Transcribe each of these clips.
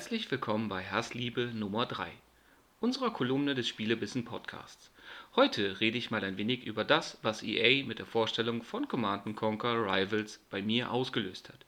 Herzlich willkommen bei Hassliebe Nummer 3, unserer Kolumne des Spielebissen Podcasts. Heute rede ich mal ein wenig über das, was EA mit der Vorstellung von Command & Conquer Rivals bei mir ausgelöst hat.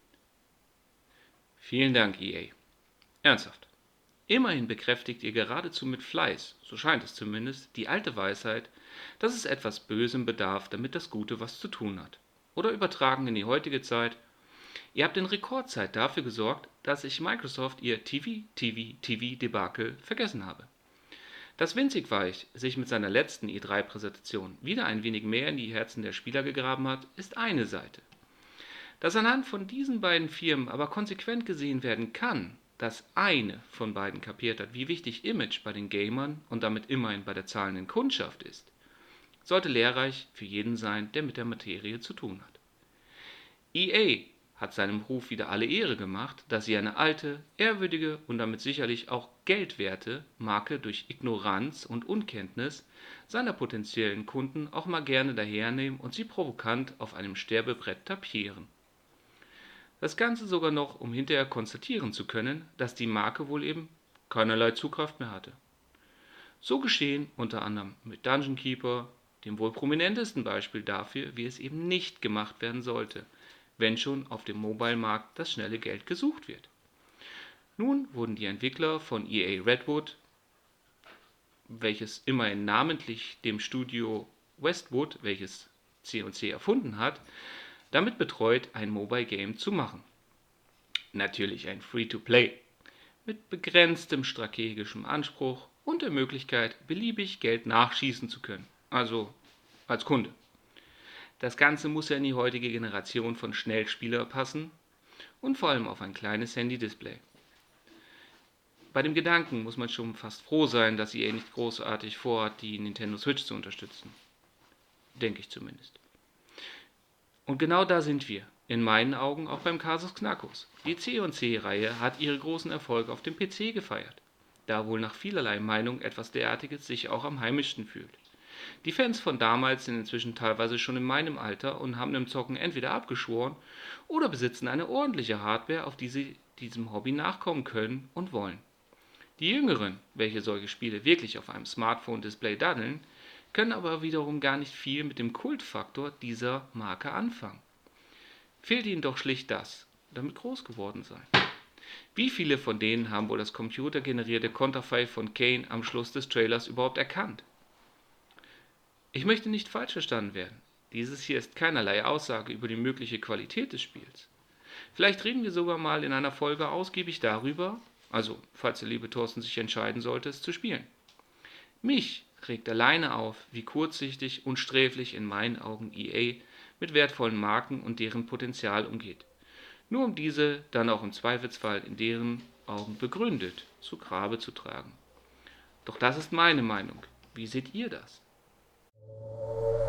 Vielen Dank, EA. Ernsthaft. Immerhin bekräftigt ihr geradezu mit Fleiß, so scheint es zumindest, die alte Weisheit, dass es etwas Bösem bedarf, damit das Gute was zu tun hat. Oder übertragen in die heutige Zeit: Ihr habt in Rekordzeit dafür gesorgt, dass ich Microsoft ihr TV-Debakel vergessen habe. Dass winzig weich sich mit seiner letzten E3-Präsentation wieder ein wenig mehr in die Herzen der Spieler gegraben hat, ist eine Seite. Dass anhand von diesen beiden Firmen aber konsequent gesehen werden kann, dass eine von beiden kapiert hat, wie wichtig Image bei den Gamern und damit immerhin bei der zahlenden Kundschaft ist, sollte lehrreich für jeden sein, der mit der Materie zu tun hat. EA hat seinem Ruf wieder alle Ehre gemacht, dass sie eine alte, ehrwürdige und damit sicherlich auch geldwerte Marke durch Ignoranz und Unkenntnis seiner potenziellen Kunden auch mal gerne dahernehmen und sie provokant auf einem Sterbebrett tapieren. Das Ganze sogar noch, um hinterher konstatieren zu können, dass die Marke wohl eben keinerlei Zugkraft mehr hatte. So geschehen unter anderem mit Dungeon Keeper, dem wohl prominentesten Beispiel dafür, wie es eben nicht gemacht werden sollte, wenn schon auf dem Mobile-Markt das schnelle Geld gesucht wird. Nun wurden die Entwickler von EA Redwood, welches immerhin namentlich dem Studio Westwood, welches C&C erfunden hat, damit betreut, ein Mobile Game zu machen. Natürlich ein Free-to-Play, mit begrenztem strategischem Anspruch und der Möglichkeit, beliebig Geld nachschießen zu können, also als Kunde. Das Ganze muss ja in die heutige Generation von Schnellspieler passen und vor allem auf ein kleines Handy-Display. Bei dem Gedanken muss man schon fast froh sein, dass EA nicht großartig vorhat, die Nintendo Switch zu unterstützen. Denke ich zumindest. Und genau da sind wir, in meinen Augen auch beim Kasus Knacktus. Die C&C-Reihe hat ihre großen Erfolge auf dem PC gefeiert, da wohl nach vielerlei Meinung etwas derartiges sich auch am heimischsten fühlt. Die Fans von damals sind inzwischen teilweise schon in meinem Alter und haben im Zocken entweder abgeschworen oder besitzen eine ordentliche Hardware, auf die sie diesem Hobby nachkommen können und wollen. Die Jüngeren, welche solche Spiele wirklich auf einem Smartphone-Display daddeln, können aber wiederum gar nicht viel mit dem Kultfaktor dieser Marke anfangen. Fehlt ihnen doch schlicht das, damit groß geworden sein. Wie viele von denen haben wohl das computergenerierte Konterfei von Kane am Schluss des Trailers überhaupt erkannt? Ich möchte nicht falsch verstanden werden. Dieses hier ist keinerlei Aussage über die mögliche Qualität des Spiels. Vielleicht reden wir sogar mal in einer Folge ausgiebig darüber, also falls der liebe Thorsten sich entscheiden sollte, es zu spielen. Mich regt alleine auf, wie kurzsichtig und sträflich in meinen Augen EA mit wertvollen Marken und deren Potenzial umgeht. Nur um diese dann auch im Zweifelsfall in deren Augen begründet zu Grabe zu tragen. Doch das ist meine Meinung. Wie seht ihr das?